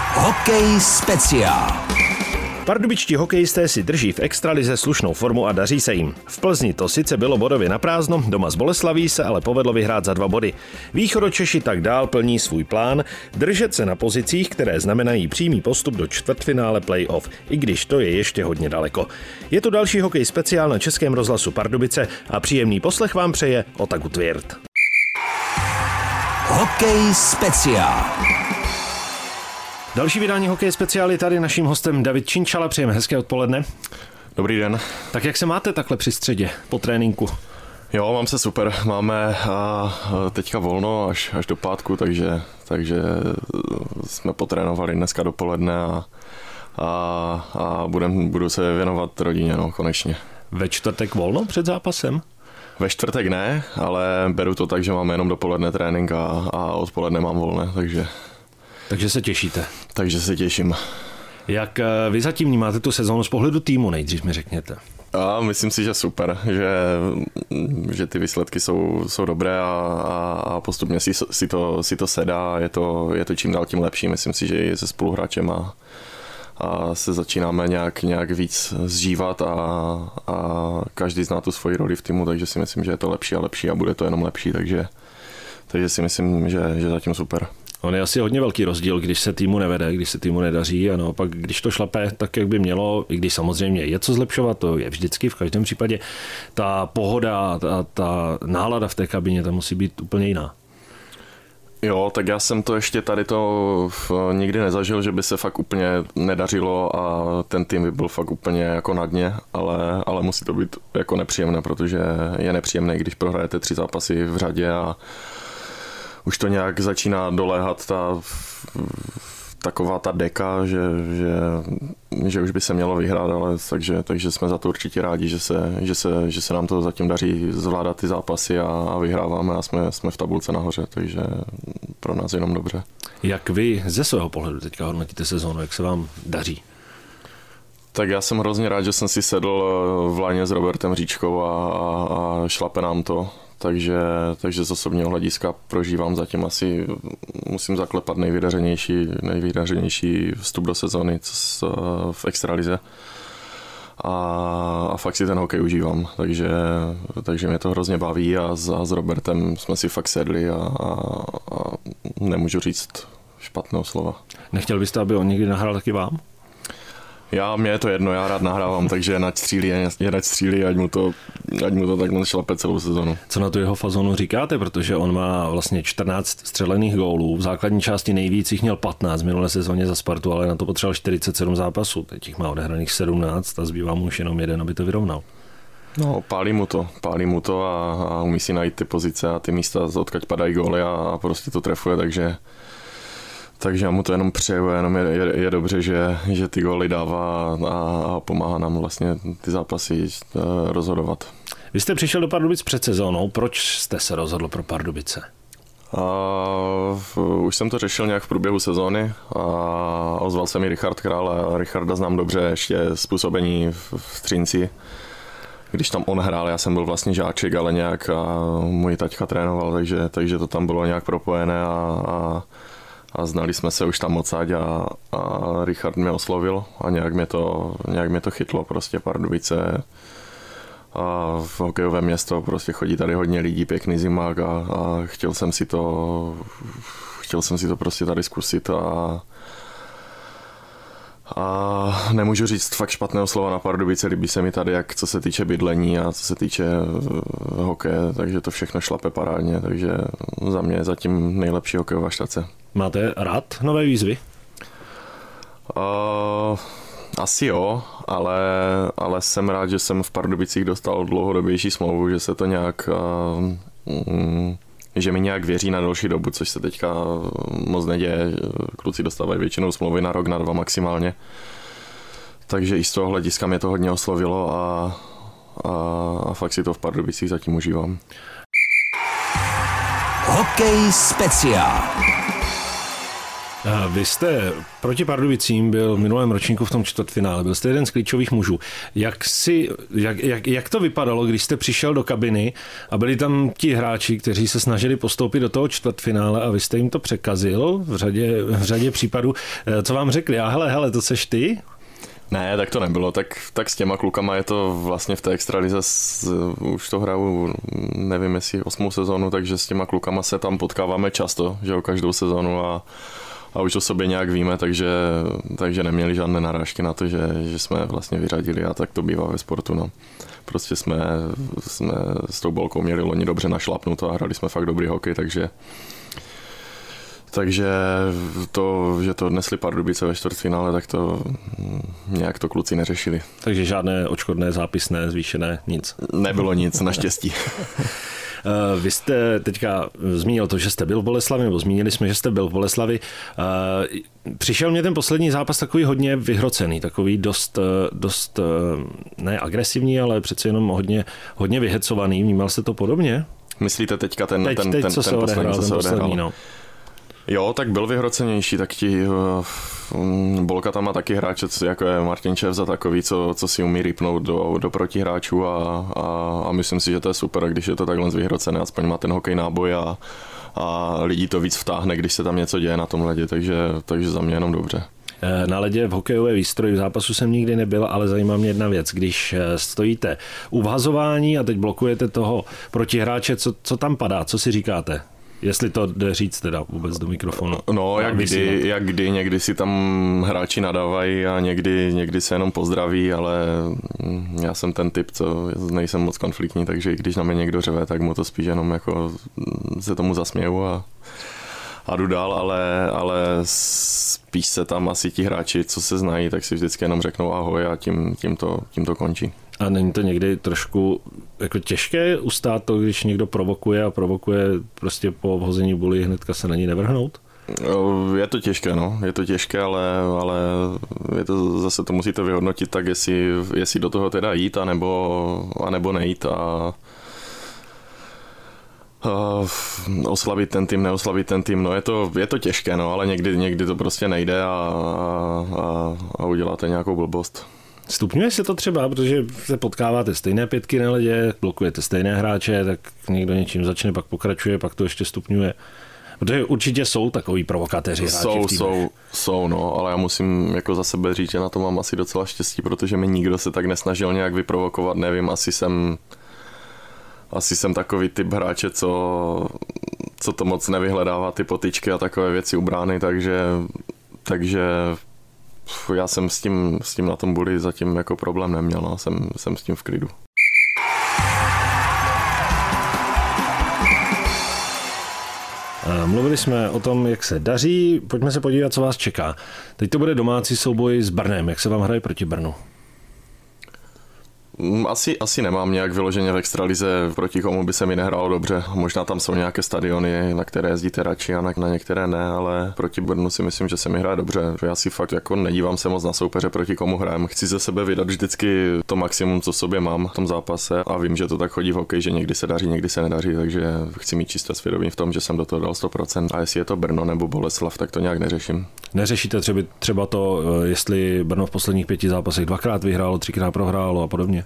Hokej speciál. Pardubičtí hokejisté si drží v extralize slušnou formu a daří se jim. V Plzni to sice bylo bodově na prázdno, doma z Boleslaví se ale povedlo vyhrát za 2 body. Východočeši tak dál plní svůj plán, držet se na pozicích, které znamenají přímý postup do čtvrtfinále playoff, i když to je ještě hodně daleko. Je tu další hokej speciál na Českém rozhlasu Pardubice a příjemný poslech vám přeje Ota Gutwirth. Hokej speciál. Další vydání Hokej speciál je tady naším hostem David Činčala. Přejeme hezké odpoledne. Dobrý den. Tak jak se máte takhle při středě po tréninku? Jo, mám se super. Máme teďka volno až do pátku, takže jsme potrénovali dneska dopoledne a budu se věnovat rodině, konečně. Ve čtvrtek volno před zápasem? Ve čtvrtek ne, ale beru to tak, že mám jenom dopoledne trénink a odpoledne mám volné, Takže se těšíte. Takže se těším. Jak vy zatím vnímáte tu sezónu z pohledu týmu, nejdřív mi řekněte. A myslím si, že super, že ty výsledky jsou dobré a postupně si to sedá, je to čím dál tím lepší. Myslím si, že i se spoluhráčem a se začínáme nějak víc zžívat a každý zná tu svoji roli v týmu, takže si myslím, že je to lepší a lepší a bude to jenom lepší, takže si myslím, že zatím super. On je asi hodně velký rozdíl, když se týmu nevede, když se týmu nedaří a naopak, když to šlape tak, jak by mělo, i když samozřejmě je co zlepšovat, to je vždycky v každém případě, ta pohoda, ta nálada v té kabině, ta musí být úplně jiná. Jo, tak já jsem to ještě tady to nikdy nezažil, že by se fakt úplně nedařilo a ten tým by byl fakt úplně jako na dně, ale musí to být jako nepříjemné, protože je nepříjemné, když prohrajete 3 zápasy v řadě a už to nějak začíná doléhat taková ta deka, že už by se mělo vyhrát, ale takže jsme za to určitě rádi, že se nám to zatím daří zvládat ty zápasy a vyhráváme a jsme v tabulce nahoře, takže pro nás jenom dobře. Jak vy ze svého pohledu teďka hodnotíte sezónu, jak se vám daří? Tak já jsem hrozně rád, že jsem si sedl v lajně s Robertem Říčkou a šlape nám to. Takže z osobního hlediska prožívám zatím asi, musím zaklepat nejvydařenější vstup do sezony v extralize. A fakt si ten hokej užívám, takže mě to hrozně baví a s Robertem jsme si fakt sedli a nemůžu říct špatného slova. Nechtěl byste, aby on někdy nahrál taky vám? Mně je to jedno, já rád nahrávám, takže ať střílí, ať mu to takhle šlape celou sezonu. Co na tu jeho fazonu říkáte, protože on má vlastně 14 střelených gólů, v základní části nejvíc jich měl 15 v minulé sezóně za Spartu, ale na to potřeboval 47 zápasů, teď jich má odehraných 17 a zbývá mu už jenom jeden, aby to vyrovnal. No, pálí mu to a umí si najít ty pozice a ty místa, odkud padají góly a prostě to trefuje, takže já mu to jenom přeju, jenom je dobře, že ty góly dává a pomáhá nám vlastně ty zápasy rozhodovat. Vy jste přišel do Pardubic před sezónou, proč jste se rozhodl pro Pardubice? Už jsem to řešil nějak v průběhu sezóny a ozval se mi Richard Král a Richarda znám dobře ještě z působení v Třinci. Když tam on hrál, já jsem byl vlastně žáček, ale nějak můj taťka trénoval, takže to tam bylo nějak propojené a znali jsme se už tam odsáď a Richard mě oslovil a nějak mě to chytlo, prostě Pardubice a v hokejové město, prostě chodí tady hodně lidí, pěkný zimák a chtěl jsem si to prostě tady zkusit a nemůžu říct fakt špatného slova na Pardubice, líbí se mi tady, jak co se týče bydlení a co se týče hokeje, takže to všechno šlape parádně, takže za mě je zatím nejlepší hokejová štace. Máte rád nové výzvy? Asi jo, ale jsem rád, že jsem v Pardubicích dostal dlouhodobější smlouvu, že se to nějak že mi nějak věří na další dobu, což se teďka moc neděje. Kluci dostávají většinou smlouvy na rok, na 2 maximálně. Takže i z toho hlediska mě to hodně oslovilo a fakt si to v Pardubicích zatím užívám. Hokej speciál. Vy jste proti Pardubicím byl v minulém ročníku v tom čtvrtfinále, byl jste jeden z klíčových mužů. Jak to vypadalo, když jste přišel do kabiny a byli tam ti hráči, kteří se snažili postoupit do toho čtvrtfinále a vy jste jim to překazil v řadě případů. Co vám řekli? A hele, to seš ty? Ne, tak to nebylo. Tak s těma klukama je to vlastně v té extralize, už to hraju, nevím jestli 8. sezónu, takže s těma klukama se tam potkáváme často, že jo, každou sezónu a už o sobě nějak víme, takže neměli žádné narážky na to, že jsme vlastně vyřadili a tak to bývá ve sportu. No. Prostě jsme s tou bolkou měli loni dobře našlapnuto a hrali jsme fakt dobrý hokej, takže to, že to odnesli Pardubice ve čtvrtfinále, tak to nějak to kluci neřešili. Takže žádné odškodné, zápisné, zvýšené, nic? Nebylo nic, naštěstí. Vy jste teďka zmínil to, že jste byl v Boleslavi, nebo zmínili jsme, že jste byl v Boleslavi. Přišel mě ten poslední zápas takový hodně vyhrocený, takový dost ne agresivní, ale přece jenom hodně vyhecovaný. Vnímal jste to podobně? Myslíte teďka ten co se odehrál? No. Jo, tak byl vyhrocenější, tak Bolka tam má taky hráče, jako je Martin Čevs a takový, co si umí rýpnout do protihráčů a myslím si, že to je super, když je to takhle vyhrocené, aspoň má ten hokej náboj a lidi to víc vtáhne, když se tam něco děje na tom ledě, takže za mě jenom dobře. Na ledě v hokejové výstroji v zápasu jsem nikdy nebyl, ale zajímá mě jedna věc. Když stojíte u vhazování a teď blokujete toho protihráče, co tam padá, co si říkáte? Jestli to jde říct teda vůbec do mikrofonu. No, jak kdy, někdy si tam hráči nadávají a někdy se jenom pozdraví, ale já jsem ten typ, co nejsem moc konfliktní, takže když na mě někdo řve, tak mu to spíš jenom jako se tomu zasměju a jdu dál, ale spíš se tam asi ti hráči, co se znají, tak si vždycky jenom řeknou ahoj a tím to končí. A není to někdy trošku jako těžké ustát to, když někdo provokuje prostě po vhození buly hnedka se na ní nevrhnout? Je to těžké, ale je to, zase to musíte vyhodnotit tak, jestli do toho teda jít, anebo nejít a oslavit ten tým, neoslavit ten tým, no je to těžké, no, ale někdy to prostě nejde a uděláte nějakou blbost. Stupňuje se to třeba, protože se potkáváte stejné pětky na ledě, blokujete stejné hráče, tak někdo něčím začne, pak pokračuje, pak to ještě stupňuje. Protože určitě jsou takový provokatéři hráči. Jsou, no, ale já musím jako za sebe říct, že na to mám asi docela štěstí, protože mi nikdo se tak nesnažil nějak vyprovokovat, nevím, asi jsem takový typ hráče, co to moc nevyhledává, ty potyčky a takové věci u brány, takže já jsem s tím na tom buli zatím jako problém neměl, no. Jsem s tím v klidu. Mluvili jsme o tom, jak se daří, pojďme se podívat, co vás čeká. Teď to bude domácí souboj s Brnem, jak se vám hraje proti Brnu? Asi nemám nějak vyloženě v extralize, proti komu by se mi nehrálo dobře. Možná tam jsou nějaké stadiony, na které jezdíte radši a na některé ne, ale proti Brnu si myslím, že se mi hraje dobře. Já si fakt jako nedívám se moc na soupeře, proti komu hrajem. Chci ze sebe vydat vždycky to maximum, co v sobě mám v tom zápase a vím, že to tak chodí v hokeji, že někdy se daří, někdy se nedaří, takže chci mít čisté svědomí v tom, že jsem do toho dal 100%. A jestli je to Brno nebo Boleslav, tak to nějak neřeším. Neřešíte třeba to, jestli Brno v posledních 5 zápasech 2krát vyhrálo, 3krát prohrálo a podobně?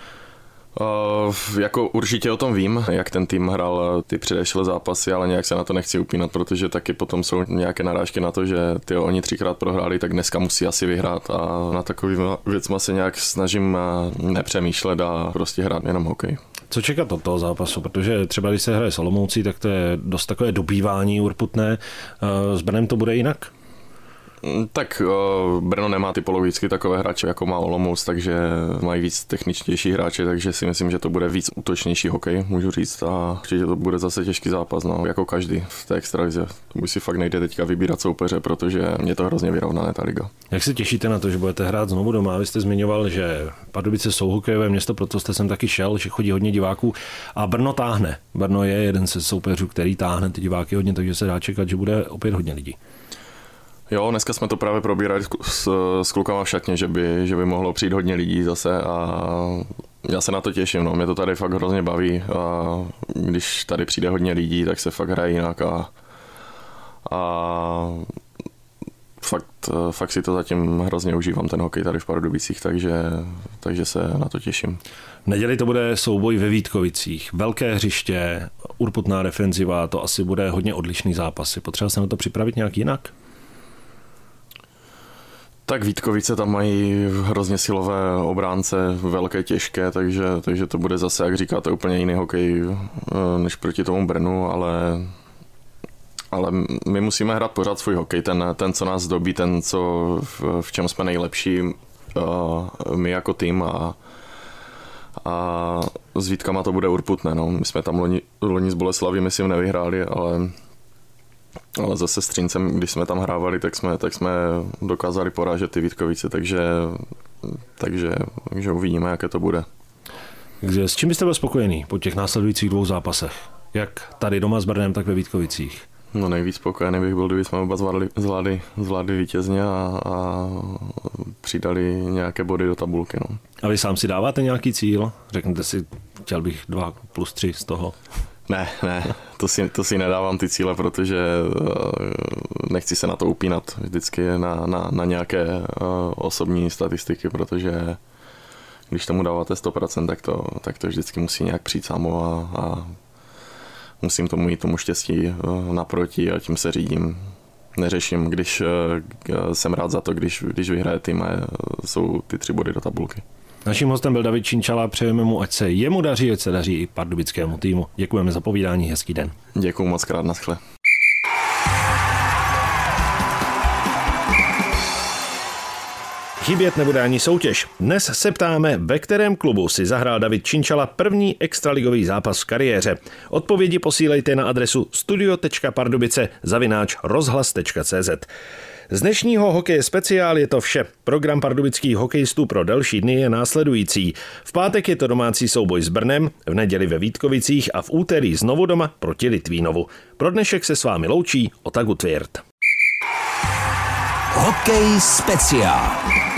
Jako určitě o tom vím, jak ten tým hrál ty předešlé zápasy, ale nějak se na to nechci upínat, protože taky potom jsou nějaké narážky na to, že oni 3krát prohráli, tak dneska musí asi vyhrát a na takový věcma se nějak snažím nepřemýšlet a prostě hrát jenom hokej. Co čekat od toho zápasu? Protože třeba když se hraje s Olomoucí, tak to je dost takové dobývání urputné. S Brnem to bude jinak? Tak Brno nemá typologicky takové hráče, jako má Olomouc, takže mají víc techničtější hráče, takže si myslím, že to bude víc útočnější hokej, můžu říct, a určitě to bude zase těžký zápas, no, jako každý v té extralize. Už si fakt nejde teďka vybírat soupeře, protože mě to hrozně vyrovnané ta liga. Jak se těšíte na to, že budete hrát znovu doma? Vy jste zmiňoval, že Pardubice jsou hokejové město, proto jste sem taky šel, že chodí hodně diváků a Brno táhne. Brno je jeden ze soupeřů, který táhne ty diváky hodně, takže se dá čekat, že bude opět hodně lidí. Jo, dneska jsme to právě probírali s klukama v šatně, že by mohlo přijít hodně lidí zase a já se na to těším, no. Mě to tady fakt hrozně baví a když tady přijde hodně lidí, tak se fakt hraje jinak a fakt si to zatím hrozně užívám, ten hokej tady v Pardubicích, takže se na to těším. V neděli to bude souboj ve Vítkovicích. Velké hřiště, urputná defenziva, to asi bude hodně odlišný zápasy. Potřeba se na to připravit nějak jinak? Tak Vítkovice tam mají hrozně silové obránce, velké, těžké, takže to bude zase, jak říkáte, úplně jiný hokej než proti tomu Brnu, ale my musíme hrát pořád svůj hokej, ten co nás dobí, ten, v čem jsme nejlepší, my jako tým a s Vítkama to bude urputné. No. My jsme tam loni s Boleslaví, myslím, nevyhráli, ale zase s Třincem, když jsme tam hrávali, tak jsme dokázali porážet ty Vítkovice, takže uvidíme, jaké to bude. Takže s čím byste byl spokojený po těch následujících 2 zápasech? Jak tady doma s Brnem, tak ve Vítkovicích? No nejvíc spokojený bych byl, kdyby jsme oba zvládli vítězně a přidali nějaké body do tabulky. No. A vy sám si dáváte nějaký cíl? Řeknete si, chtěl bych 2+3 z toho? Ne, to si nedávám ty cíle, protože nechci se na to upínat vždycky na nějaké osobní statistiky, protože když tomu dáváte 100%, tak to vždycky musí nějak přijít samo a musím tomu jít tomu štěstí naproti a tím se řídím. Neřeším, když jsem rád za to, když vyhraje tým a jsou ty 3 body do tabulky. Naším hostem byl David Činčala, přejeme mu, ať se jemu daří, ať se daří i pardubickému týmu. Děkujeme za povídání, hezký den. Děkuju moc krát, naschle. Chybět nebude ani soutěž. Dnes se ptáme, ve kterém klubu si zahrál David Činčala první extraligový zápas v kariéře. Odpovědi posílejte na adresu studio.pardubice@rozhlas.cz. Z dnešního Hokeje speciál je to vše. Program pardubických hokejistů pro další dny je následující. V pátek je to domácí souboj s Brnem, v neděli ve Vítkovicích a v úterý znovu doma proti Litvínovu. Pro dnešek se s vámi loučí Ota Gutwirth. Hokej speciál.